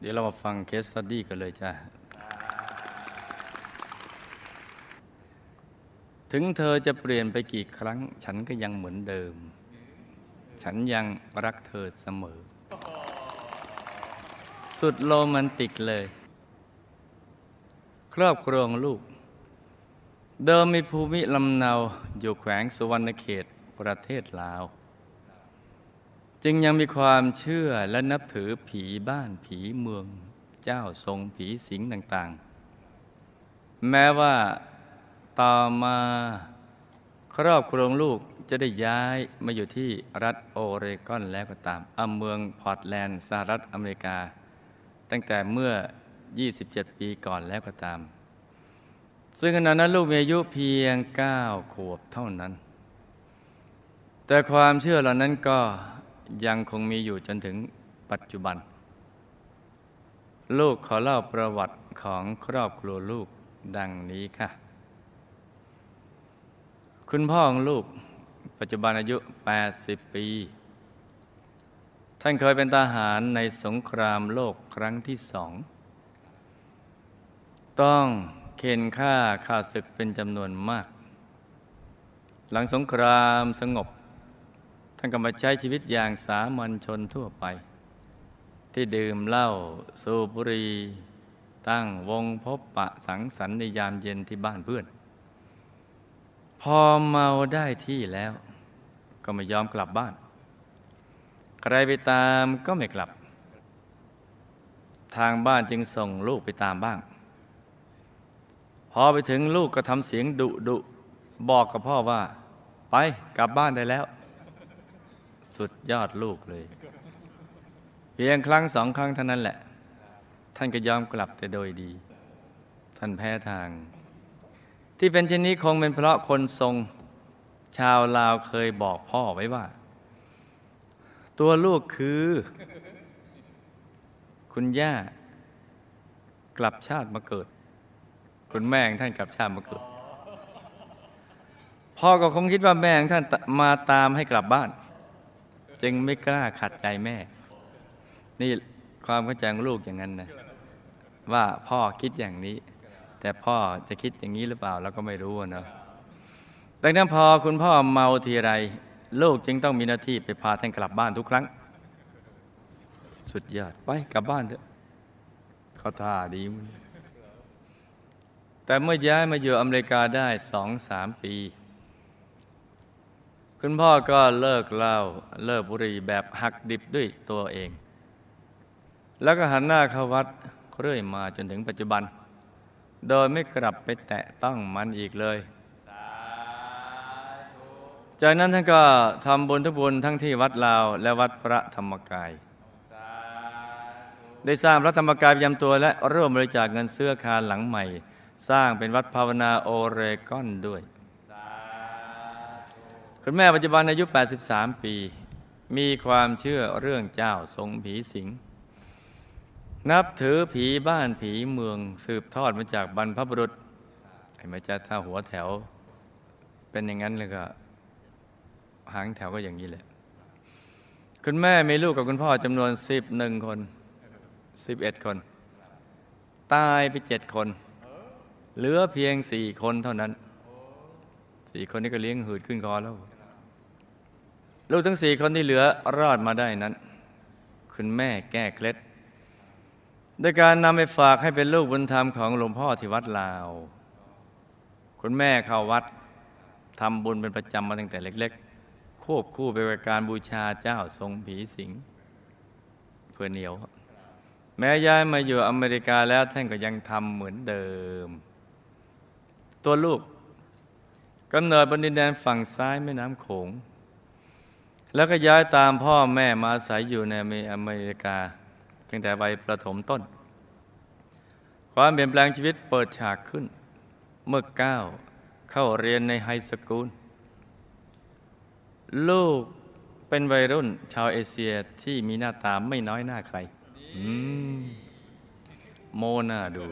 ดี๋ยวเรามาฟังเคสสตัดดี้กันเลยจ้ะถึงเธอจะเปลี่ยนไปกี่ครั้งฉันก็ยังเหมือนเดิมฉันยังรักเธอเสมอสุดโรแมนติกเลยครอบครัวของลูกเดิมมีภูมิลำเนาอยู่แขวงสุวรรณเขตประเทศลาวจึงยังมีความเชื่อและนับถือผีบ้านผีเมืองเจ้าทรงผีสิงต่างๆแม้ว่าต่อมาครอบครัวลูกจะได้ย้ายมาอยู่ที่รัฐโอเรกอนแล้วก็ตามเมืองพอร์ตแลนด์สหรัฐอเมริกาตั้งแต่เมื่อ27 ปีก่อนแล้วก็ตามซึ่งขณะนั้นลูกมีอายุเพียง9 ขวบเท่านั้นแต่ความเชื่อเหล่านั้นก็ยังคงมีอยู่จนถึงปัจจุบันลูกขอเล่าประวัติของครอบครัวลูกดังนี้ค่ะคุณพ่อของลูกปัจจุบันอายุ80 ปีท่านเคยเป็นทหารในสงครามโลกครั้งที่2ต้องเข็นฆ่าข้าศึกเป็นจำนวนมากหลังสงครามสงบท่านก็มาใช้ชีวิตอย่างสามัญชนทั่วไปที่ดื่มเหล้าสูบบุหรี่ตั้งวงพบปะสังสรรค์ในยามเย็นที่บ้านเพื่อนพอเมาได้ที่แล้วก็ไม่ยอมกลับบ้านใครไปตามก็ไม่กลับทางบ้านจึงส่งลูกไปตามบ้างพอไปถึงลูกก็ทำเสียงดุบอกกับพ่อว่าไปกลับบ้านได้แล้วสุดยอดลูกเลยเพียงครั้ง2 ครั้งเท่านั้นแหละท่านก็ยอมกลับแต่โดยดีท่านแพ้ทางที่เป็นเช่นนี้คงเป็นเพราะคนทรงชาวลาวเคยบอกพ่อไว้ว่าตัวลูกคือคุณย่ากลับชาติมาเกิดคุณแม่ของท่านกลับชาติมาเกิดพ่อก็คงคิดว่าแม่ของท่านมาตามให้กลับบ้านจึงไม่กล้าขัดใจแม่นี่ความเข้าใจของลูกอย่างนั้นนะว่าพ่อคิดอย่างนี้แต่พ่อจะคิดอย่างนี้หรือเปล่าเราก็ไม่รู้เนาะดังนั้นพอคุณพ่อเมาทีไรลูกจึงต้องมีหน้าที่ไปพาท่านกลับบ้านทุกครั้งสุดยอดไปกลับบ้านเถอะเขาท่าดีมั้ยแต่เมื่อย้ายมาอยู่อเมริกาได้ 2-3 ปีคุณพ่อก็เลิกเหล้าเลิกบุหรี่แบบหักดิบด้วยตัวเองแล้วก็หันหน้าเข้าวัดเรื่อยมาจนถึงปัจจุบันโดยไม่กลับไปแตะต้องมันอีกเลยจากนั้นท่านก็ทำบุญทุกบุญทั้งที่วัดลาวและวัดพระธรรมกายได้สร้างพระธรรมกายประจำตัวและร่วมบริจาคเงินซื้ออาคารหลังใหม่สร้างเป็นวัดภาวนาโอเรกอนด้วยคุณแม่ปัจจุบันอายุ 83 ปีมีความเชื่อเรื่องเจ้าทรงผีสิงนับถือผีบ้านผีเมืองสืบทอดมาจากบรรพบุรุษไอ้แม่จ้าถ้าหัวแถวเป็นอย่างนั้นเลยก็หางแถวก็อย่างนี้แหละคุณแม่มีลูกกับคุณพ่อจำนวน11 คน11 คนตายไป7 คนเหลือเพียง4 คนเท่านั้น4 คนนี้ก็เลี้ยงหืดขึ้นคอแล้วลูกทั้ง4 คนที่เหลือรอดมาได้นั้นคุณแม่แก้เคล็ดโดยการนำไปฝากให้เป็นลูกบุญธรรมของหลวงพ่อที่วัดลาวคุณแม่เข้าวัดทำบุญเป็นประจำมาตั้งแต่เล็กๆควบคู่ไปกับการบูชาเจ้าทรงผีสิงเพื่อเหนียวแม้ย้ายมาอยู่อเมริกาแล้วท่านก็ยังทำเหมือนเดิมตัวลูกกำเนิดบนดินแดนฝั่งซ้ายแม่น้ำโขงแล้วก็ย้ายตามพ่อแม่มาอาศัยอยู่ในอเมริกาตั้งแต่วัยประถมต้นความเปลี่ยนแปลงชีวิตเปิดฉากขึ้นเมื่อก้าวเข้าเรียนในไฮสคูลลูกเป็นวัยรุ่นชาวเอเชียที่มีหน้าตาไม่น้อยหน้าใครโมน่าดู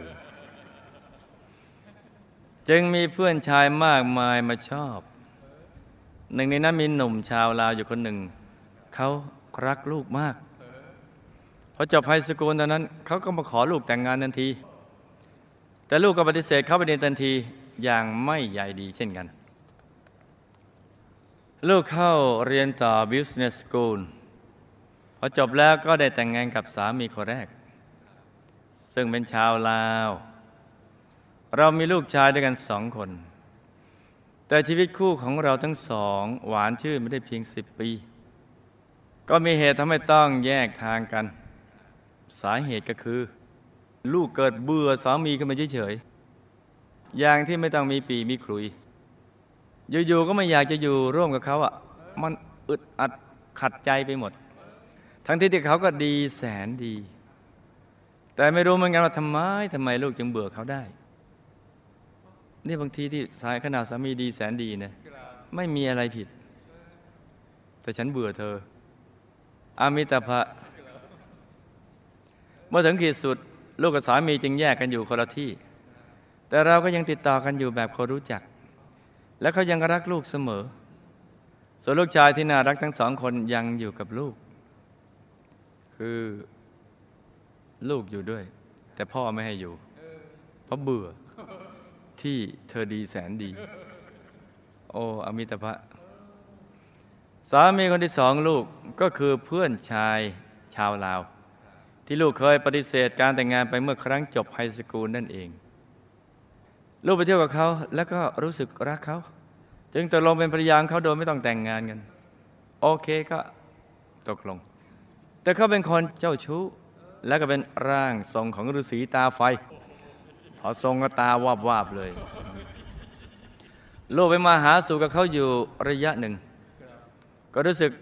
จึงมีเพื่อนชายมากมายมาชอบหนึ่งในนั้นมีหนุ่มชาวลาวอยู่คนหนึ่งเขารักลูกมากพออจบไฮสคูลตอนนั้นเขาก็มาขอลูกแต่งงานทันทีแต่ลูกก็ปฏิเสธเขาไปในทันทีอย่างไม่ใยดีเช่นกันลูกเข้าเรียนต่อ Business School พอจบแล้วก็ได้แต่งงานกับสามีคนแรกซึ่งเป็นชาวลาวเรามีลูกชายด้วยกัน2 คนแต่ชีวิตคู่ของเราทั้งสองหวานชื่นไม่ได้เพียง10 ปีก็มีเหตุทำให้ต้องแยกทางกันสาเหตุก็คือลูกเกิดเบื่อสามีขึ้นมาเฉยๆอย่างที่ไม่ต้องมีปีมีขลุยอยู่ๆก็ไม่อยากจะอยู่ร่วมกับเขามันอึดอัดขัดใจไปหมดทั้งที่เขาก็ดีแสนดีแต่ไม่รู้เหมือนกันว่าทำไมลูกจึงเบื่อเขาได้นี่บางทีที่ขนาดสามีดีแสนดีนะไม่มีอะไรผิดแต่ฉันเบื่อเธออามิตาภะเมื่อถึงขีดสุดลูกกับสามีจึงแยกกันอยู่คนละที่แต่เราก็ยังติดต่อกันอยู่แบบคนรู้จักและเขายังรักลูกเสมอส่วนลูกชายที่น่ารักทั้ง2 คนยังอยู่กับลูกคือลูกอยู่ด้วยแต่พ่อไม่ให้อยู่เพราะเบื่อที่เธอดีแสนดีโอ้อมิตาภะสามีคนที่2ลูกก็คือเพื่อนชายชาวลาวที่ลูกเคยปฏิเสธการแต่งงานไปเมื่อครั้งจบไฮสคูลนั่นเองลูกไปเที่ยวกับเขาแล้วก็รู้สึกรักเขาจึงตกลงเป็นภรรยาเขาโดยไม่ต้องแต่งงานกันโอเคก็ตกลงแต่เขาเป็นคนเจ้าชู้และก็เป็นร่างทรงของฤาษีตาไฟพอทรงก็ตาวาบๆเลยลูกไปมาหาสู่กับเขาอยู่ระยะหนึ่งก็รู้สึก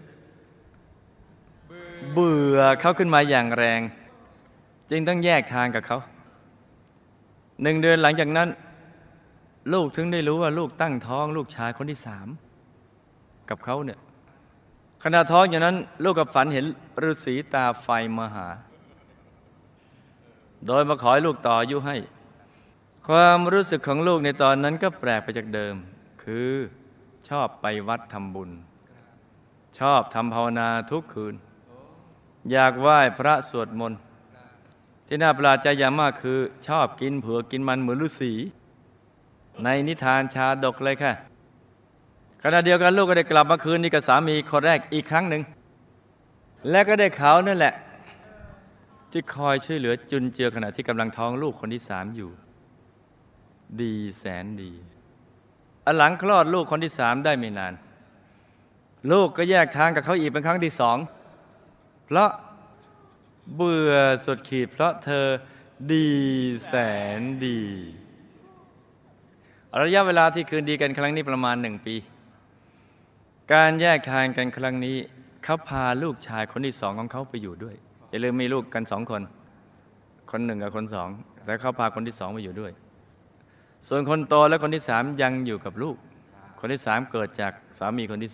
เบื่อเขาขึ้นมาอย่างแรงจึงต้องแยกทางกับเขา1 เดือนหลังจากนั้นลูกถึงได้รู้ว่าลูกตั้งท้องลูกชายคนที่3กับเขาเนี่ยขณะท้องอย่างนั้นลูกกับฝันเห็นฤาษีตาไฟมาหาโดยมาขอให้ลูกต่ออายุให้ความรู้สึกของลูกในตอนนั้นก็แปลกไปจากเดิมคือชอบไปวัดทำบุญชอบทำภาวนาทุกคืนอยากไหว้พระสวดมนต์ที่น่าประหลาดใจอย่างมากคือชอบกินเผือกกินมันเหมือนฤาษีในนิทานชาดกเลยค่ะขณะเดียวกันลูกก็ได้กลับมาคืนนี้กับสามีคนแรกอีกครั้งหนึ่งและก็ได้เขานั่นแหละที่คอยช่วยเหลือจุนเจือขณะที่กำลังท้องลูกคนที่3อยู่ดีแสนดีหลังคลอดลูกคนที่3ได้ไม่นานลูกก็แยกทางกับเขาอีกเป็นครั้งที่2เพราะเบื่อสุดขีดเพราะเธอดีแสนดีระยะเวลาที่คืนดีกันครั้งนี้ประมาณ1 ปีการแยกทางกันครั้งนี้เขาพาลูกชายคนที่2ของเขาไปอยู่ด้วยอย่าลืมมีลูกกัน2 คนคน1กับคน2แต่เขาพาคนที่2ไปอยู่ด้วยส่วนคนโตและคนที่3ยังอยู่กับลูกคนที่3เกิดจากสามีคนที่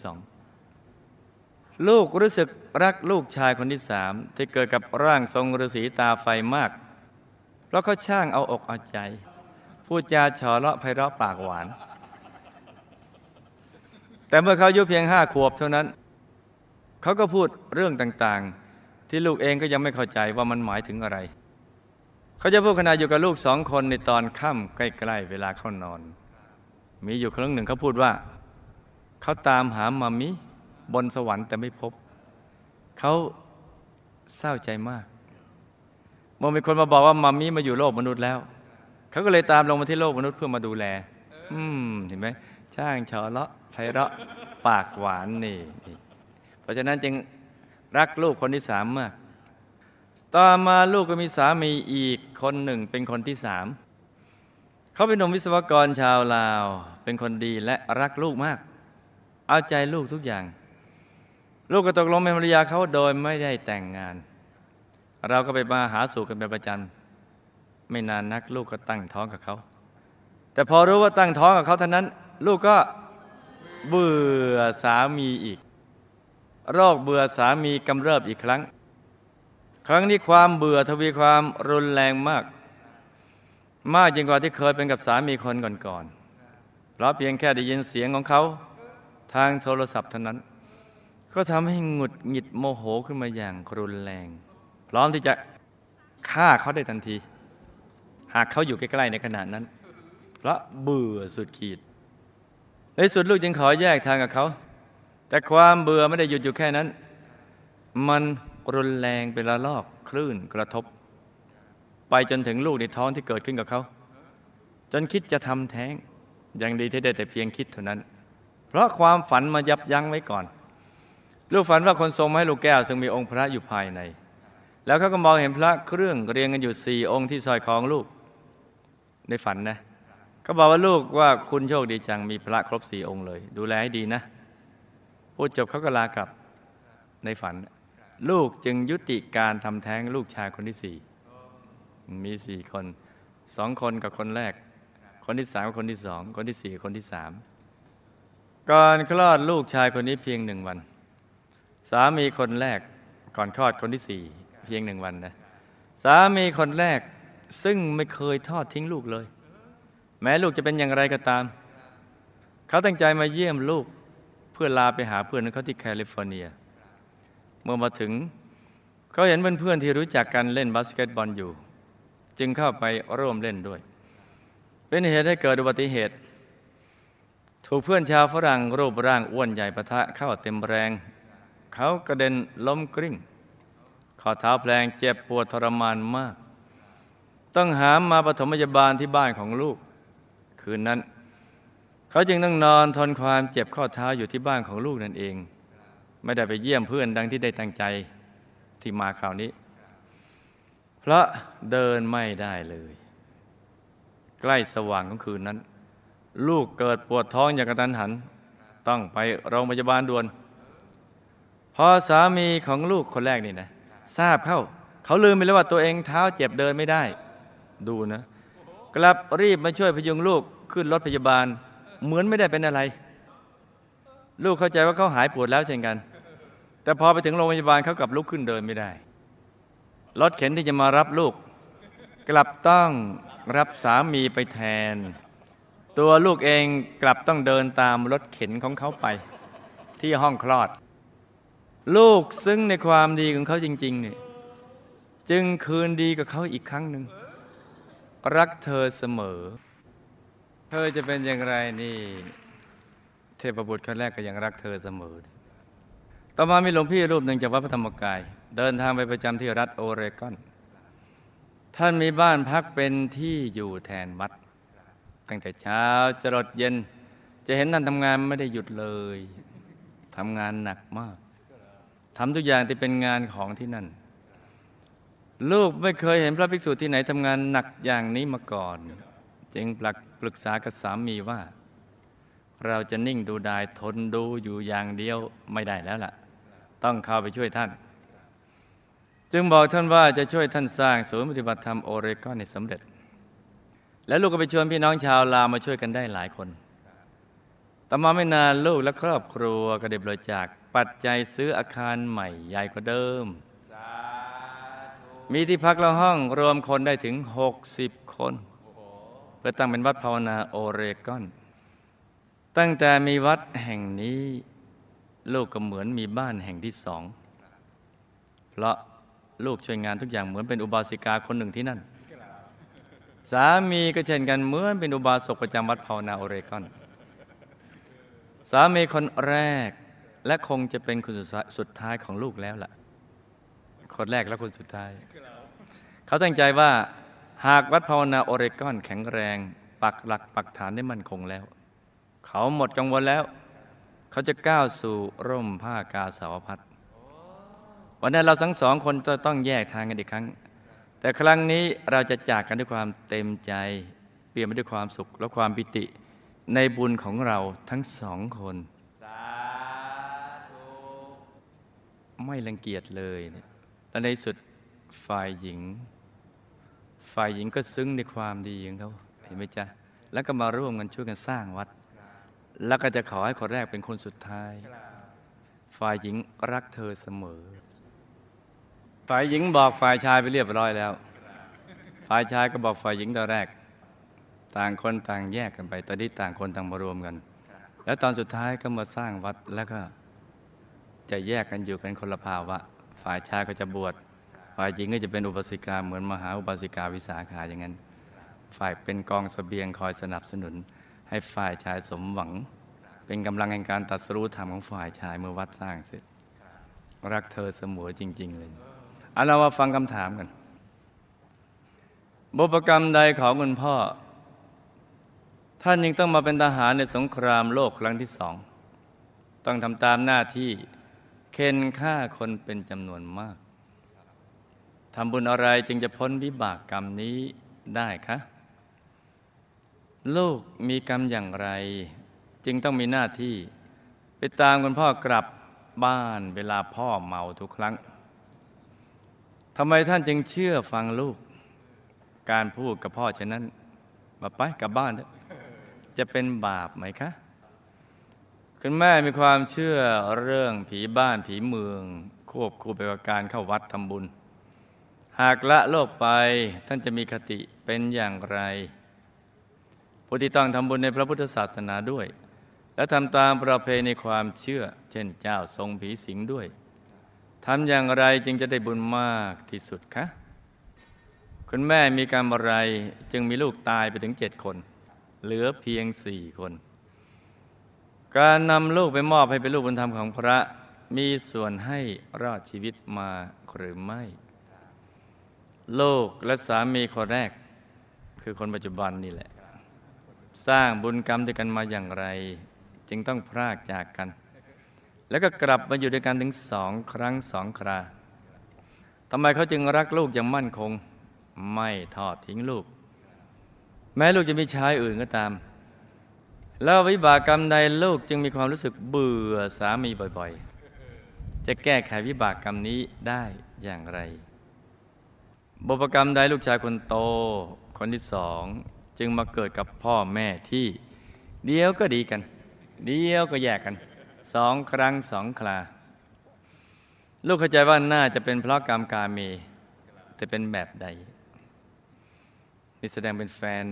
2ลูกรู้สึกรักลูกชายคนที่3ที่เกิดกับร่างทรงฤาษีตาไฟมากเพราะเขาช่างเอาอกเอาใจพูดจาฉอเลาะไพเราะปากหวานแต่เมื่อเขาอายุเพียง5 ขวบเท่านั้นเขาก็พูดเรื่องต่างๆที่ลูกเองก็ยังไม่เข้าใจว่ามันหมายถึงอะไรเขาจะพูดขณะอยู่กับลูก2 คนในตอนค่ำใกล้ๆเวลาเข้านอนมีอยู่ครั้งหนึ่งเขาพูดว่าเขาตามหามัมมี่บนสวรรค์แต่ไม่พบเขาเศร้าใจมากเมื่อมีคนมาบอกว่ามัมมี่มาอยู่โลกมนุษย์แล้วเขาก็เลยตามลงมาที่โลกมนุษย์เพื่อมาดูแลเห็นไหมช่างฉอเลาะไพเราะปากหวานนี่เพราะฉะนั้นจึงรักลูกคนที่3มากต่อมาลูกก็มีสามีอีกคนหนึ่งเป็นคนที่3เขาเป็นหนุ่มวิศวกรชาวลาวเป็นคนดีและรักลูกมากเอาใจลูกทุกอย่างลูกก็ตกลงเป็นภรรยาเขาโดยไม่ได้แต่งงานเราก็ไปมาหาสู่กันเป็นประจำไม่นานนักลูกก็ตั้งท้องกับเขาแต่พอรู้ว่าตั้งท้องกับเขาเท่านั้นลูกก็เบื่อสามีอีกโรคเบื่อสามีกำเริบอีกครั้งนี้ความเบื่อทวีความรุนแรงมากยิ่งกว่าที่เคยเป็นกับสามีคนก่อนๆเพราะเพียงแค่ได้ยินเสียงของเขาทางโทรศัพท์เท่านั้นก็ทำให้หงุดหงิดโมโหขึ้นมาอย่างรุนแรงพร้อมที่จะฆ่าเขาได้ทันทีหากเขาอยู่ใกล้ๆในขณะนั้นเพราะเบื่อสุดขีดในสุดลูกจึงขอแยกทางกับเขาแต่ความเบื่อไม่ได้หยุดอยู่แค่นั้นมันรุนแรงเป็นระลอกคลื่นกระทบไปจนถึงลูกในท้องที่เกิดขึ้นกับเขาจนคิดจะทำแท้งยังดีที่ได้แต่เพียงคิดเท่านั้นเพราะความฝันมายับยั้งไว้ก่อนลูกฝันว่าคนทรงไม้ลูกแก้วซึ่งมีองค์พระอยู่ภายในแล้วเขาก็มองเห็นพระเครื่องเรียงกันอยู่4 องค์ที่สร้อยคอของลูกในฝันนะเขาบอกว่าลูกว่าคุณโชคดีจังมีพระครบ4 องค์เลยดูแลให้ดีนะพูดจบเขาก็ลากลับในฝันลูกจึงยุติการทำแท้งลูกชายคนที่4มี4 คน2 คนกับคนแรกคนที่3กับคนที่2คนที่4คนที่3ก่อนคลอดลูกชายคนนี้เพียง1 วันสามีคนแรกก่อนคลอดคนที่4เพียง1 วันนะสามีคนแรกซึ่งไม่เคยทอดทิ้งลูกเลยแม้ลูกจะเป็นอย่างไรก็ตามเขาตั้งใจมาเยี่ยมลูกเพื่อลาไปหาเพื่อนของเขาที่แคลิฟอร์เนียเมื่อมาถึงเขาเห็นเพื่อนๆที่รู้จักกันเล่นบาสเกตบอลอยู่จึงเข้าไปร่วมเล่นด้วยเป็นเหตุให้เกิดอุบัติเหตุถูกเพื่อนชาวฝรั่งรูปร่างอ้วนใหญ่ปะทะเข้าเต็มแรงเขากระเด็นล้มกลิ้งข้อเท้าแผลงเจ็บปวดทรมานมากต้องหามมาปฐมพยาบาลที่บ้านของลูกคืนนั้นเขาจึงต้องนอนทนความเจ็บข้อเท้าอยู่ที่บ้านของลูกนั่นเองไม่ได้ไปเยี่ยมเพื่อนดังที่ได้ตั้งใจที่มาคราวนี้เพราะเดินไม่ได้เลยใกล้สว่างของคืนนั้นลูกเกิดปวดท้องอย่างกระทันหันต้องไปโรงพยาบาลด่วนพอสามีของลูกคนแรกนี่นะทราบเข้าเขาลืมไปแล้วว่าตัวเองเท้าเจ็บเดินไม่ได้ดูนะกลับรีบมาช่วยพยุงลูกขึ้นรถพยาบาลเหมือนไม่ได้เป็นอะไรลูกเข้าใจว่าเขาหายปวดแล้วเช่นกันแต่พอไปถึงโรงพยาบาลเขากลับลุกขึ้นเดินไม่ได้รถเข็นที่จะมารับลูกกลับต้องรับสามีไปแทนตัวลูกเองกลับต้องเดินตามรถเข็นของเขาไปที่ห้องคลอดลูกซึ่งในความดีของเขาจริงๆเนี่ยจึงคืนดีกับเขาอีกครั้งหนึ่งรักเธอเสมอเธอจะเป็นอย่างไรนี่เทพบุตรคนแรกก็ยังรักเธอเสมอต่อมามีหลวงพี่รูปหนึ่งจากวัดพระธรรมกายเดินทางไปประจำที่รัฐโอเรกอนท่านมีบ้านพักเป็นที่อยู่แทนวัดตั้งแต่เช้าจรดเย็นจะเห็นท่านทำงานไม่ได้หยุดเลยทำงานหนักมากทำทุกอย่างที่เป็นงานของที่นั่นลูกไม่เคยเห็นพระภิกษุที่ไหนทำงานหนักอย่างนี้มาก่อนจึงปรึกษากับสามีว่าเราจะนิ่งดูดายทนดูอยู่อย่างเดียวไม่ได้แล้วล่ะต้องเข้าไปช่วยท่านจึงบอกท่านว่าจะช่วยท่านสร้างศูนย์ปฏิบัติธรรมโอเรกอนให้สำเร็จแล้วลูกก็ไปชวนพี่น้องชาวลาวมาช่วยกันได้หลายคนต่อมาไม่นานลูกและครอบครัวก็ได้บริจาคปัจจัยซื้ออาคารใหม่ใหญ่กว่าเดิมมีที่พักและห้องรวมคนได้ถึง60 คนเพื่อตั้งเป็นวัดภาวนาโอเรกอนตั้งแต่มีวัดแห่งนี้ลูกก็เหมือนมีบ้านแห่งที่2เพราะลูกช่วยงานทุกอย่างเหมือนเป็นอุบาสิกาคนหนึ่งที่นั่นสามีก็เช่นกันเหมือนเป็นอุบาสกประจำวัดภาวนาโอเรกอนสามีคนแรกและคงจะเป็นคนสุดท้ายของลูกแล้วล่ะคนแรกและคนสุดท้ายเขาตั้งใจว่าหากวัดภาวนาโอเรกอนแข็งแรงปักหลักปักฐานได้มั่นคงแล้วเขาหมดกังวลแล้วเขาจะก้าวสู่ร่มผ้ากาสาวพัสวันนั้นเราทั้ง2 คนจะต้องแยกทางกันอีกครั้งแต่ครั้งนี้เราจะจากกันด้วยความเต็มใจเปลี่ยนไปด้วยความสุขและความปิติในบุญของเราทั้ง2 คนไม่รังเกียจเลยและในสุดฝ่ายหญิงก็ซึ้งในความดีของเขาเห็นไหมจ๊ะแล้วก็มาร่วมกันช่วยกันสร้างวัดแล้วก็จะขอให้คนแรกเป็นคนสุดท้ายฝ่ายหญิงรักเธอเสมอฝ่ายหญิงบอกฝ่ายชายไปเรียบร้อยแล้วฝ่ายชายก็บอกฝ่ายหญิงตอนแรกต่างคนต่างแยกกันไปตอนนี้ต่างคนต่างมารวมกันแล้วตอนสุดท้ายก็มาสร้างวัดแล้วก็จะแยกกันอยู่กันคนละภาวะฝ่ายชายก็จะบวชฝ่ายหญิงก็จะเป็นอุบาสิกาเหมือนมหาอุบาสิกาวิสาขาอย่างนั้นฝ่ายเป็นกองเสบียงคอยสนับสนุนให้ฝ่ายชายสมหวังเป็นกำลังแห่งการตรัสรู้ธรรมของฝ่ายชายเมื่อวัดสร้างเสร็จรักเธอเสมอจริงๆเลยเอาเรามาฟังคำถามกันบุพกรรมใดของคุณพ่อท่านยังต้องมาเป็นทหารในสงครามโลกครั้งที่สองต้องทำตามหน้าที่เค้นฆ่าคนเป็นจำนวนมากทำบุญอะไรจึงจะพ้นวิบากกรรมนี้ได้คะลูกมีกรรมอย่างไรจึงต้องมีหน้าที่ไปตามคุณพ่อกลับบ้านเวลาพ่อเมาทุกครั้งทำไมท่านจึงเชื่อฟังลูกการพูดกับพ่อฉะนั้นมาไปกลับบ้านเถอะจะเป็นบาปไหมคะคุณแม่มีความเชื่อเรื่องผีบ้านผีเมืองควบคู่ไปกับการเข้าวัดทำบุญหากละโลกไปท่านจะมีคติเป็นอย่างไรผู้ที่ต้องทำบุญในพระพุทธศาสนาด้วยและทำตามประเพณีความเชื่อเช่นเจ้าทรงผีสิงด้วยทำอย่างไรจึงจะได้บุญมากที่สุดคะคุณแม่มีกรรมอะไรจึงมีลูกตายไปถึง7 คนเหลือเพียง4 คนการนำลูกไปมอบให้เป็นลูกบุญธรรมของพระมีส่วนให้รอดชีวิตมาหรือไม่ลูกและสามีคนแรกคือคนปัจจุบันนี่แหละสร้างบุญกรรมด้วยกันมาอย่างไรจึงต้องพรากจากกันแล้วก็กลับมาอยู่ด้วยกันถึง2 ครั้ง 2 คราทำไมเขาจึงรักลูกอย่างมั่นคงไม่ทอดทิ้งลูกแม้ลูกจะมีชายอื่นก็ตามแล้ววิบากกรรมใดลูกจึงมีความรู้สึกเบื่อสามีบ่อยๆจะแก้ไขวิบากกรรมนี้ได้อย่างไรบุพกรรมใดลูกชายคนโตคนที่2จึงมาเกิดกับพ่อแม่ที่เดี๋ยวก็ดีกันเดี๋ยวก็แยกกัน2 ครั้ง 2 คราลูกเข้าใจว่าน่าจะเป็นเพราะกรรมกาเมแต่เป็นแบบใดนี่แสดงเป็นแฟน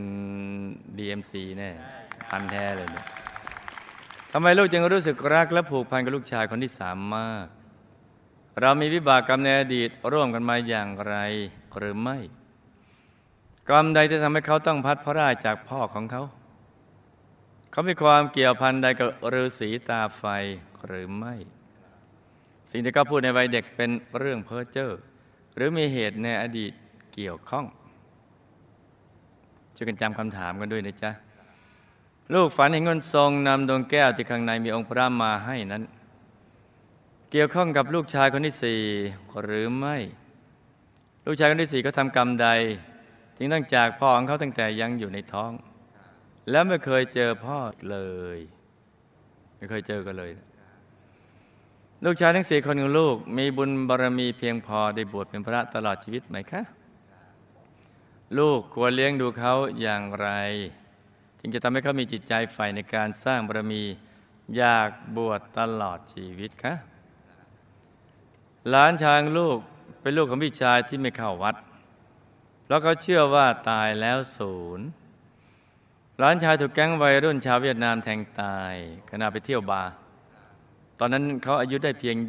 DMC แน่พันแท้เลยเนี่ยทำไมลูกจึงรู้สึกรักและผูกพันกับลูกชายคนที่3 มากเรามีวิบากกรรมในอดีตร่วมกันมาอย่างไรหรือไม่กรรมใดที่ทำให้เขาต้องพัดพรากจากพ่อของเขาเขามีความเกี่ยวพันใดกับฤาษีตาไฟหรือไม่สิ่งที่เขาพูดในวัยเด็กเป็นเรื่องเพ้อเจ้อหรือมีเหตุในอดีตเกี่ยวข้องช่วยกันจำคำถามกันด้วยนะจ๊ะลูกฝันเห็นเงินทรงนำดวงแก้วที่ข้างในมีองค์พระมาให้นั้นเกี่ยวข้องกับลูกชายคนที่4หรือไม่ลูกชายคนที่4เขาทำกรรมใดจึงต้องจากพ่อของเขาตั้งแต่ยังอยู่ในท้องแล้วไม่เคยเจอพ่อเลยไม่เคยเจอกันเลยลูกชายทั้ง4 คนของลูกมีบุญบารมีเพียงพอได้บวชเป็นพระตลอดชีวิตไหมคะลูกควรเลี้ยงดูเขาอย่างไรจึงจะทำให้เขามีจิตใจใฝ่ในการสร้างบารมีอยากบวชตลอดชีวิตคะหลานชายลูกเป็นลูกของพี่ชายที่ไม่เข้าวัดเพราะเขาเชื่อว่าตายแล้วศูนย์หลานชายถูกแก๊งวัยรุ่นชาวเวียดนามแทงตายขณะไปเที่ยวบาร์ตอนนั้นเขาอายุได้เพียง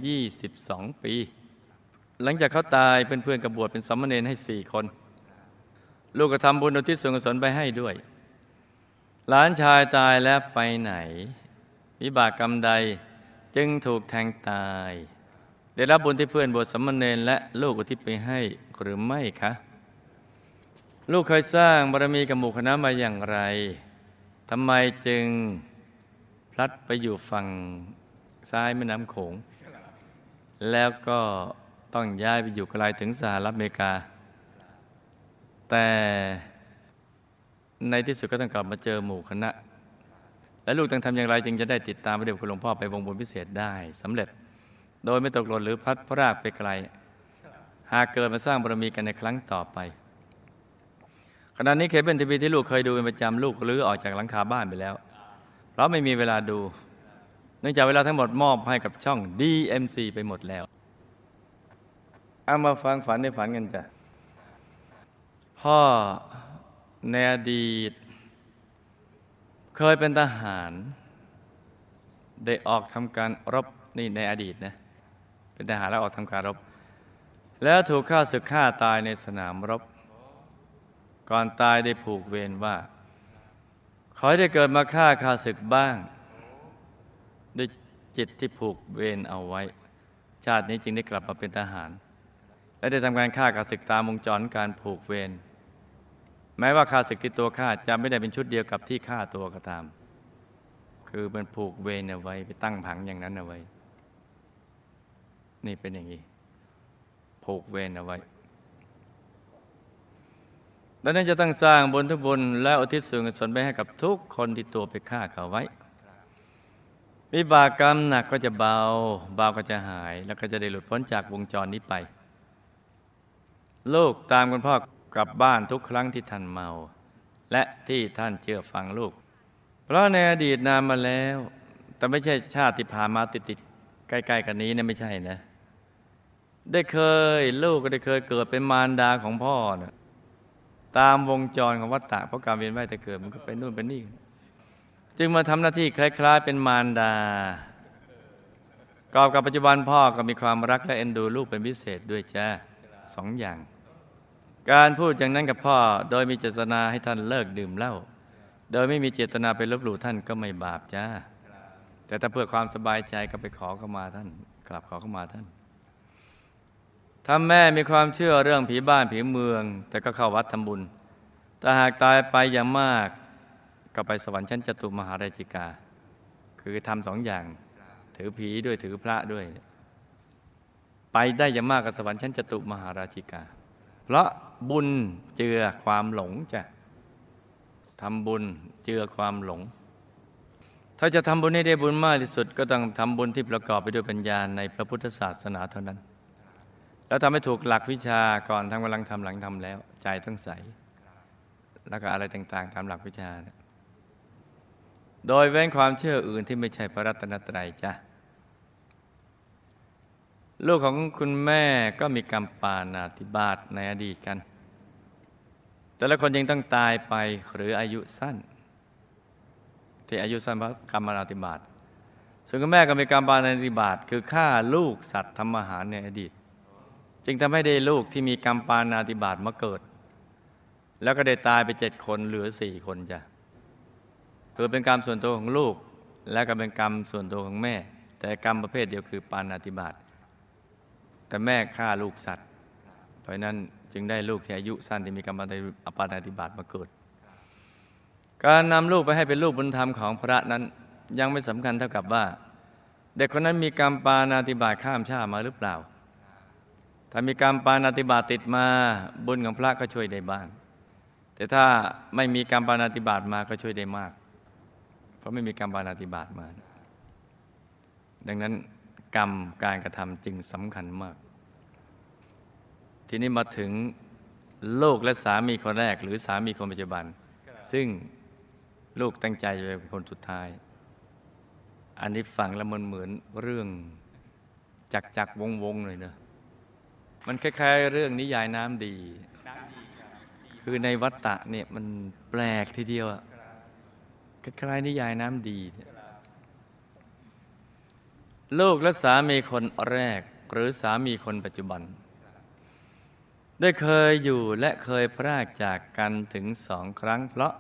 22 ปีหลังจากเขาตายเพื่อนๆก็บวชเป็นสามเณรให้4 คนลูกก็ทำบุญอุทิศส่วนกุศลไปให้ด้วยหลานชายตายแล้วไปไหนวิบากกรรมใดจึงถูกแทงตายได้รับบุญที่เพื่อนบวชสามเณรและลูกอุทิศไปให้หรือไม่คะลูกเคยสร้างบารมีกับหมู่คณะมาอย่างไรทำไมจึงพลัดไปอยู่ฝั่งซ้ายแม่น้ำโขงแล้วก็ต้องย้ายไปอยู่ไกลถึงสหรัฐอเมริกาแต่ในที่สุดก็ต้องกลับมาเจอหมู่คณะและลูกต้องทำอย่างไรจึงจะได้ติดตามพระเดชคุณหลวงพ่อไปวงบุญพิเศษได้สำเร็จโดยไม่ตกหล่นหรือพลัดพรากไปไกลหากเกิดมาสร้างบารมีกันในครั้งต่อไปขณะนี้เคเบิลทีวีที่ลูกเคยดูเป็นประจำลูกรื้อออกจากหลังคาบ้านไปแล้วเพราะไม่มีเวลาดูเนื่องจากเวลาทั้งหมดมอบให้กับช่อง DMC ไปหมดแล้วเอามาฟังฝันในฝันกันจ้ะพ่อในอดีตเคยเป็นทหารได้ออกทำการรบนี่ในอดีตนะเป็นทหารแล้วออกทำการรบแล้วถูกข้าศึกฆ่าตายในสนามรบก่อนตายได้ผูกเวรว่าขอให้ได้เกิดมาฆ่าข้าศึกบ้างด้วยจิตที่ผูกเวรเอาไว้ชาตินี้จึงได้กลับมาเป็นทหารและได้ทำการฆ่าข้าศึกตามวงจรการผูกเวรแม้ว่าข้าศึกที่ตัวฆ่าจะไม่ได้เป็นชุดเดียวกับที่ฆ่าตัวก็ตามคือมันผูกเวรเอาไว้ไปตั้งผังอย่างนั้นเอาไว้นี่เป็นอย่างนี้ผูกเวรเอาไว้ดังนั้นจะต้องสร้างบุญทุกบุญและอุทิศส่วนกุศลไปให้กับทุกคนที่ตัวไปฆ่าเขาไว้วิบากกรรมหนักก็จะเบาก็จะหายแล้วก็จะได้หลุดพ้นจากวงจรนี้ไปลูกตามคุณพ่อกลับบ้านทุกครั้งที่ท่านเมาและที่ท่านเชื่อฟังลูกเพราะในอดีตนานมาแล้วแต่ไม่ใช่ชาติที่ผ่านมาติดใกล้ๆกันนี้นะไม่ใช่นะลูกก็ได้เคยเกิดเป็นมารดาของพ่อนะตามวงจรของวัฏฏะเพราะการเวียนว่ายแต่เกิดมันก็เป็นนู่นเป็นนี่จึงมาทำหน้าที่คล้ายๆเป็นมารดากอบกับปัจจุบันพ่อก็มีความรักและเอ็นดูลูกเป็นพิเศษด้วยจ้าสองอย่างการพูดอย่างนั้นกับพ่อโดยมีเจตนาให้ท่านเลิกดื่มเหล้าโดยไม่มีเจตนาไปลบหลู่ท่านก็ไม่บาปจ้าแต่ถ้าเพื่อความสบายใจก็ไปขอเข้ามาท่านกราบขอเข้ามาท่านถ้าแม่มีความเชื่อเรื่องผีบ้านผีเมืองแต่ก็เข้าวัดทำบุญแต่หากตายไปอย่างมากก็ไปสวรรค์ชั้นจตุมหาราชิกาคือทำสองอย่างถือผีด้วยถือพระด้วยไปได้อย่างมากกับสวรรค์ชั้นจตุมหาราชิกาเพราะบุญเจือความหลงจ้ะทำบุญเจือความหลงถ้าจะทำบุญให้ได้บุญมากที่สุดก็ต้องทำบุญที่ประกอบไปด้วยปัญญาในพระพุทธศาสนาเท่านั้นแล้วทำให้ถูกหลักวิชาก่อนทำกำลังทำหลังทำแล้วใจต้องใสแล้วก็อะไรต่างๆตามหลักวิชาโดยเว้นความเชื่ออื่นที่ไม่ใช่พระรัตนตรัยจ้ะลูกของคุณแม่ก็มีกรรมปาณาติบาตในอดีตกันแต่ละคนยังต้องตายไปหรืออายุสั้นที่อายุสั้นเพราะกรรมปาณาติบาตส่วนคุณแม่ก็มีกรรมปาณาติบาตคือฆ่าลูกสัตว์ทำอาหารในอดีตจึงทำให้ได้ลูกที่มีกรรมปาณาติบาตมาเกิดแล้วก็ได้ตายไป7 คนเหลือ4 คนจ้ะคือเป็นกรรมส่วนตัวของลูกและก็เป็นกรรมส่วนตัวของแม่แต่กรรมประเภทเดียวคือปาณาติบาตแต่แม่ฆ่าลูกสัตว์เพราะนั้นจึงได้ลูกที่อายุสั้นที่มีกรรมปาณาติบาตมาเกิดการนำลูกไปให้เป็นลูกบุญธรรมของพระนั้นยังไม่สำคัญเท่ากับว่าเด็กคนนั้นมีกรรมปาณาติบาตข้ามชาติมาหรือเปล่าถ้ามีกรรมปาณาติบาตติดมาบุญของพระก็ช่วยได้บ้างแต่ถ้าไม่มีกรรมปาณาติบาตมาก็ช่วยได้มากเพราะไม่มีกรรมปาณาติบาตมาดังนั้นกรรมการกระทำจึงสำคัญมากทีนี้มาถึงลูกและสามีคนแรกหรือสามีคนปัจจุบันซึ่งลูกตั้งใจจะเป็นคนสุดท้ายอันนี้ฟังแล้วมันเหมือนเรื่องจักวงเลยเนอะมันคล้ายๆเรื่องนิยายน้ำดีคือในวัฏฏะเนี่ยมันแปลกทีเดียวอะคล้ายๆนิยายน้ำดีลูกและสามีคนแรกหรือสามีคนปัจจุบันได้เคยอยู่และเคยพรากจากกันถึง2 ครั้งเพราะ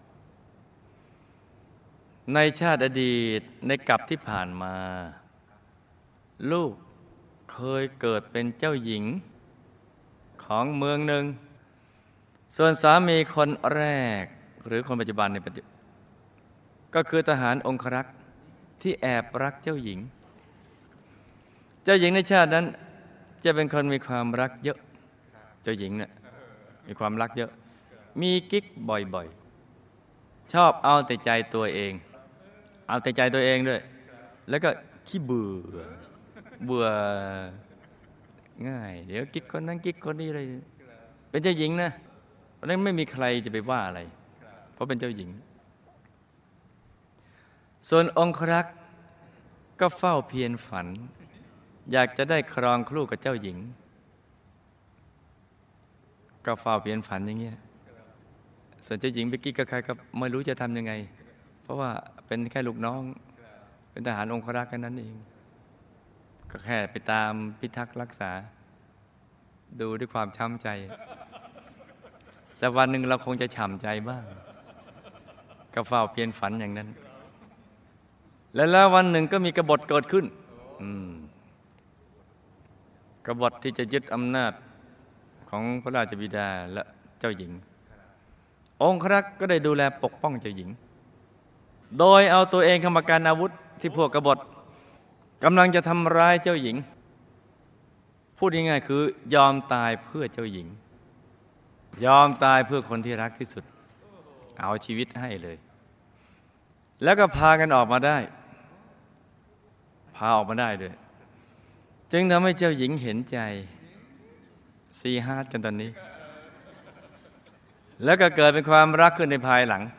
ในชาติอดีตในกัปที่ผ่านมาลูกเคยเกิดเป็นเจ้าหญิงของเมืองหนึ่งส่วนสามีคนแรกหรือคนปัจจุบันในก็คือทหารองครักษ์ที่แอบรักเจ้าหญิงในชาตินั้นจะเป็นคนมีความรักเยอะเจ้าหญิงเนี่ยมีความรักเยอะมีกิ๊กบ่อยๆชอบเอาแต่ใจตัวเองด้วยแล้วก็ขี้เบื่อง่ายเดี๋ยวกิ๊กคนนั้นกิ๊กคนนี้อะไรเป็นเจ้าหญิงนะเพราะนั้นไม่มีใครจะไปว่าอะไรเพราะเป็นเจ้าหญิงส่วนองครักษ์ก็เฝ้าเพียรฝันอยากจะได้ครองครูกับเจ้าหญิงก็เฝ้าเพียรฝันอย่างเงี้ยส่วนเจ้าหญิงไปกิ๊กกับใครก็ไม่รู้จะทำยังไงเพราะว่าเป็นแค่ลูกน้องเป็นทหารองครักษ์แค่นั้นเองก็แค่ไปตามพิทักษ์รักษาดูด้วยความช้ำใจสักวันหนึ่งเราคงจะฉ่ำใจบ้างก็เฝ้าเพียรฝันอย่างนั้นแล้ววันหนึ่งก็มีกบฏเกิดขึ้นกบฏที่จะยึดอำนาจของพระราชบิดาและเจ้าหญิงองครักษ์ก็ได้ดูแลปกป้องเจ้าหญิงโดยเอาตัวเองเข้ามากันอาวุธที่พวกกบฏกำลังจะทำร้ายเจ้าหญิงพูดง่ายๆคือยอมตายเพื่อเจ้าหญิงยอมตายเพื่อคนที่รักที่สุดเอาชีวิตให้เลยแล้วก็พากันออกมาได้พาออกมาได้ด้วยจึงทำให้เจ้าหญิงเห็นใจซีฮาร์ดกันตอนนี้แล้วก็เกิดเป็นความรักขึ้นในภายหลัง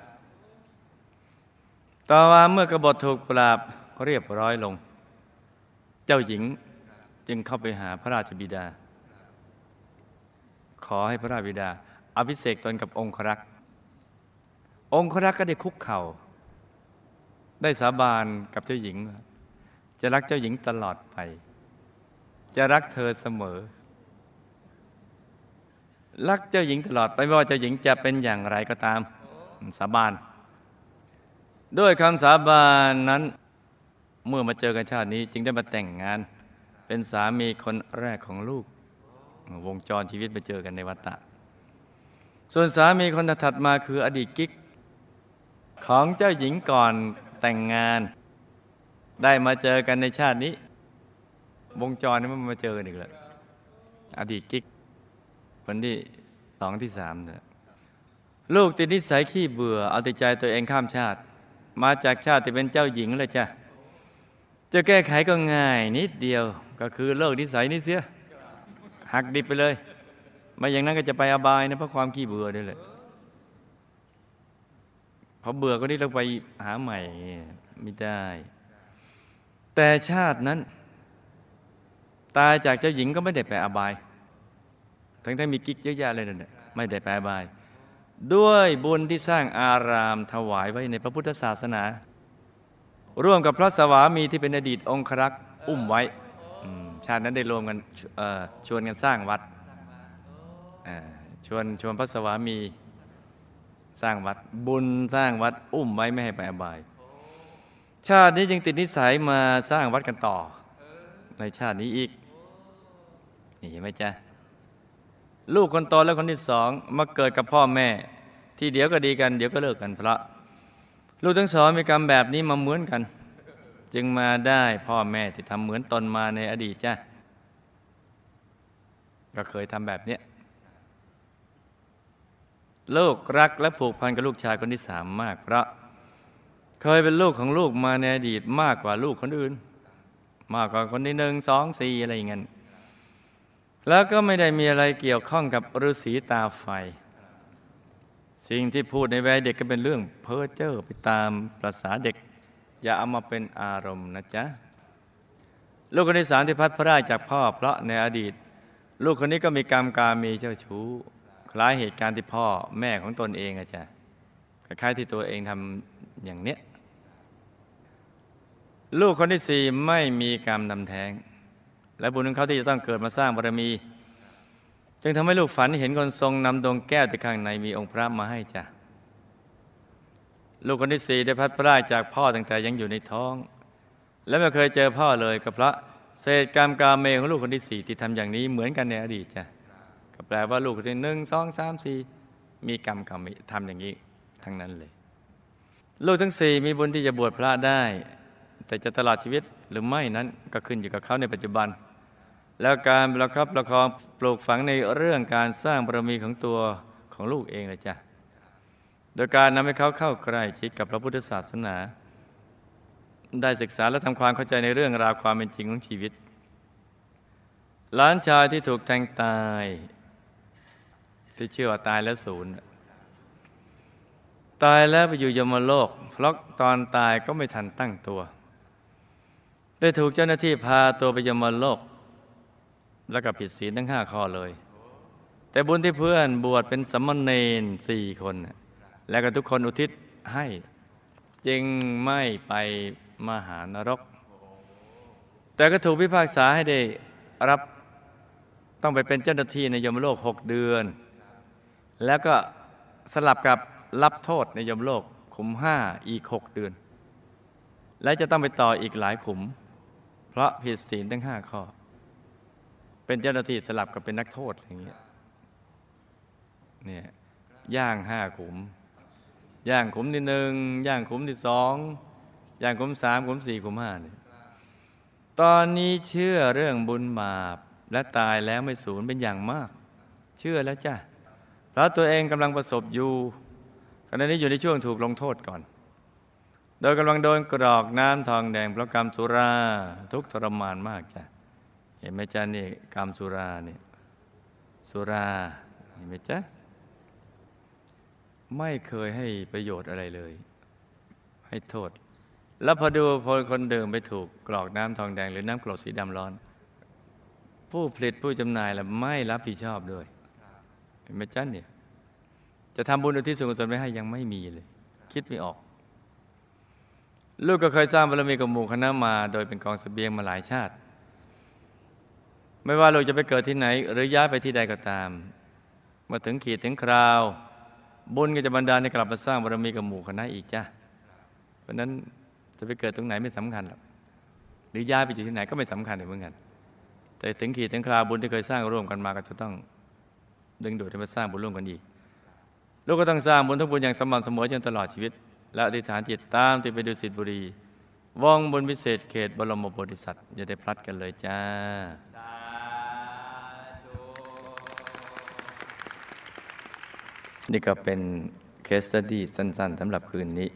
ต่อมาเมื่อกบฏถูกปราบเรียบร้อยลงเจ้าหญิงจึงเข้าไปหาพระราชบิดาขอให้พระราชบิดาอภิเษกตนกับองครักษ์องครักษ์ก็ได้คุกเข่าได้สาบานกับเจ้าหญิงจะรักเจ้าหญิงตลอดไปจะรักเธอเสมอรักเจ้าหญิงตลอดไปไม่ว่าเจ้าหญิงจะเป็นอย่างไรก็ตามสาบานด้วยคำสาบานนั้นเมื่อมาเจอกันชาตินี้จึงได้มาแต่งงานเป็นสามีคนแรกของลูกวงจรชีวิตมาเจอกันในวัฏฏะส่วนสามีคนถัดมาคืออดีตกิ๊กของเจ้าหญิงก่อนแต่งงานได้มาเจอกันในชาตินี้วงจรนี้มันมาเจอกันอีกแล้วอดีตกิ๊กคนที่สองที่สามเนี่ยลูกติดนิสัยขี้เบื่อเอาแต่ใจตัวเองข้ามชาติมาจากชาติที่เป็นเจ้าหญิงเลยจ้ะจะแก้ไขก็ง่ายนิดเดียวก็คือเลิกนิสัยนี้เสียหักดิบไปเลยไม่อย่างนั้นก็จะไปอบายนะเพราะความขี้เบื่อนี่แหละพอเบื่อก็นี่เราไปหาใหม่ไม่ได้แต่ชาตินั้นตายจากเจ้าหญิงก็ไม่ได้ไปอบายทั้งมีกิ๊กเยอะแยะเลยนั่นแหละไม่ได้ไปอบายด้วยบุญที่สร้างอารามถวายไว้ในพระพุทธศาสนาร่วมกับพระสวามีที่เป็นอดีตองครักษ์อุ้มไว้ชาตินั้นได้รวมกันชวนกันสร้างวัดชวนพระสวามีสร้างวัดบุญสร้างวัดอุ้มไว้ไม่ให้ไปอบายชาตินี้จึงติดนิสัยมาสร้างวัดกันต่อในชาตินี้อีกนี่เห็นไหมจ๊ะลูกคนโตและคนที่สองมาเกิดกับพ่อแม่ที่เดี๋ยวก็ดีกันเดี๋ยวก็เลิกกันเพราะลูกทั้งสองมีกรรมแบบนี้มาเหมือนกันจึงมาได้พ่อแม่ที่ทำเหมือนตนมาในอดีตจ้ะก็เคยทำแบบเนี้ยลูกรักและผูกพันกับลูกชายคนที่สามมากเพราะเคยเป็นลูกของลูกมาในอดีตมากกว่าลูกคนอื่นมากกว่าคนที่หนึ่งสองสี่อะไรอย่างเงี้ยแล้วก็ไม่ได้มีอะไรเกี่ยวข้องกับฤาษีตาไฟสิ่งที่พูดในวัยเด็กก็เป็นเรื่องเพ้อเจ้อไปตามประสาเด็กอย่าเอามาเป็นอารมณ์นะจ๊ะลูกคนที่สามที่พัดพรากจากพ่อเพราะในอดีตลูกคนนี้ก็มีกรรมกามีเจ้าชู้คล้ายเหตุการณ์ที่พ่อแม่ของตนเองอะจ๊ะคล้ายๆที่ตัวเองทำอย่างเนี้ยลูกคนที่สี่ไม่มีกรรมนำแท้งและบุญของเขาที่จะต้องเกิดมาสร้างบารมีจึงทำให้ลูกฝันเห็นคนทรงนำดวงแก้วที่ข้างในมีองค์พระมาให้จ้ะลูกคนที่สี่ได้พัดพรากจากพ่อตั้งแต่ยังอยู่ในท้องและไม่เคยเจอพ่อเลยกับพระเศษกรรมกาเมของลูกคนที่สี่ที่ทำอย่างนี้เหมือนกันในอดีตจ้ะก็แปลว่าลูกคนที่หนึ่งสองสามสี่มีกรรมกาเมทำอย่างนี้ทั้งนั้นเลยลูกทั้งสี่มีบุญที่จะบวชพระได้แต่จะตลอดชีวิตหรือไม่นั้นก็ขึ้นอยู่กับเขาในปัจจุบันแล้วการประคับประคองปลูกฝังในเรื่องการสร้างบารมีของตัวของลูกเองเลยจ้ะโดยการนำให้เขาเข้าใกล้ชิดกับพระพุทธศาสนาได้ศึกษาและทำความเข้าใจในเรื่องราวความเป็นจริงของชีวิตหลานชายที่ถูกแทงตายที่เชื่อว่าตายแล้วศูนย์ตายแล้วไปอยู่ยมโลกเพราะตอนตายก็ไม่ทันตั้งตัวได้ถูกเจ้าหน้าที่พาตัวไปยมโลกแล้วก็ผิดศีลทั้ง5 ข้อเลยแต่บุญที่เพื่อนบวชเป็นสมณเณร4 คนแล้วก็ทุกคนอุทิศให้จึงไม่ไปมหานรกแต่ก็ถูกพิพากษาให้ได้รับต้องไปเป็นเจ้าหน้าที่ในยมโลก6 เดือนแล้วก็สลับกับรับโทษในยมโลกขุม5อีก6 เดือนและจะต้องไปต่ออีกหลายขุมเพราะผิดศีลทั้ง5 ข้อเป็นเจ้าหน้าที่สลับกับเป็นนักโทษอย่างเงี้ยเนี่ยย่าง5 ขุมย่างขุมที่1ย่างขุมที่2ย่างขุม3ขุม4ขุม5เนี่ยตอนนี้เชื่อเรื่องบุญบาปและตายแล้วไม่สูญเป็นอย่างมากเชื่อแล้วจ้ะเพราะตัวเองกำลังประสบอยู่ขณะนี้อยู่ในช่วงถูกลงโทษก่อนโดยกำลังโดนกรอกน้ำทองแดงเพราะกรรมสุราทุกข์ทรมานมากจ้ะเห็นไหมจ๊ะนี่กรรมสุราเนี่ยสุราเห็นไหมจ๊ะไม่เคยให้ประโยชน์อะไรเลยให้โทษแล้วพอดูพอคนดื่มไปถูกกรอกน้ำทองแดงหรือน้ำกรดสีดำร้อนผู้ผลิตผู้จำหน่ายและไม่รับผิดชอบด้วยเห็นไหมจ๊ะเนี่ยจะทำบุญอุทิศส่วนกุศลไปให้ยังไม่มีเลยคิดไม่ออกลูกก็เคยสร้างบารมีกับหมู่คณะมาโดยเป็นกองเสบียงมาหลายชาติไม่ว่าลูกจะไปเกิดที่ไหนหรือย้ายไปที่ใดก็ตามเมื่อถึงขีดถึงคราวบุญก็จะบันดาลให้กลับมาสร้างบารมีกับหมู่คณะอีกจ้ะเพราะนั้นจะไปเกิดตรงไหนไม่สำคัญหรอกหรือย้ายไปอยู่ที่ไหนก็ไม่สำคัญเหมือนกันแต่ถึงขีดถึงคราวบุญที่เคยสร้างร่วมกันมาก็จะต้องดึงดูดให้มาสร้างบุญร่วมกันอีกลูกก็ต้องสร้างบุญทุกบุญอย่างสม่ำเสมอจนตลอดชีวิตและอธิษฐานจิตตามที่ไปดุสิตบุรีว่องบุญพิเศษเขตบรมโพธิสัตว์อย่าได้พลัดกันเลยจ้านี่ก็เป็นเคสสตั๊ดดี้สั้นๆสำหรับคืนนี้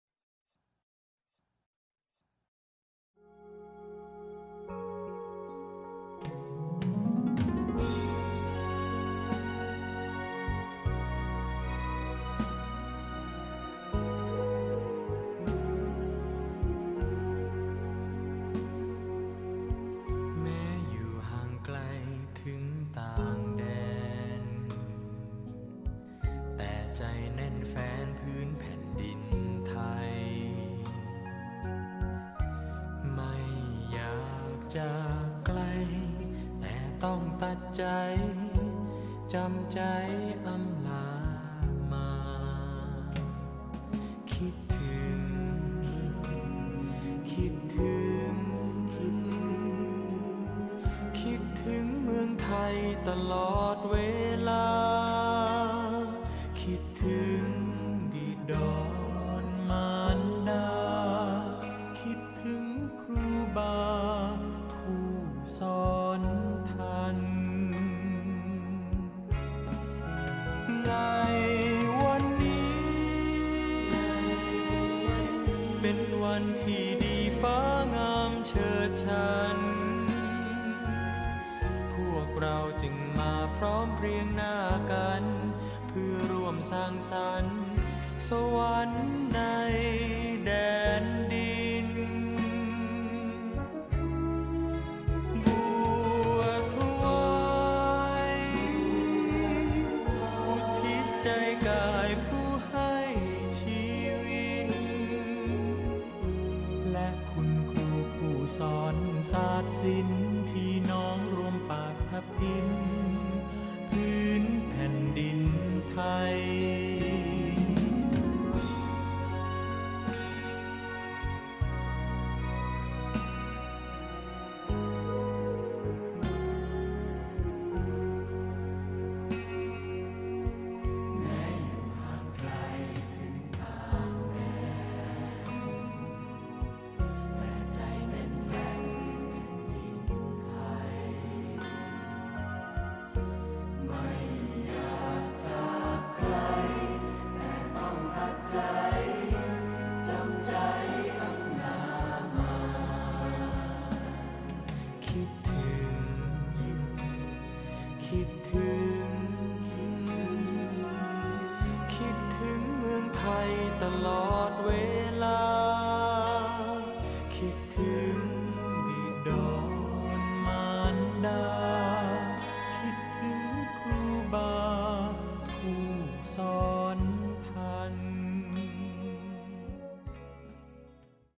จากไกลแต่ต้องตัดใจจำใจอำลามาคิดถึงคิดถึงคิดถึงเมืองไทยตลอดเวลาคิดถึงบิดรมารดาคิดถึงครูบาสอนทันในวันนี้เป็นวันที่ดีฟ้างามเชิดชันพวกเราจึงมาพร้อมเพรียงหน้ากันเพื่อร่วมสร้างสรรค์สวรรค์ในแดนดินใจกายผู้ให้ชีวิตและคุณครูผู้สอนศาสตร์ศิลป์พี่น้องรวมปากทับทิมพื้นแผ่นดินไทยคิดถึงเมืองไทยตลอดเวลา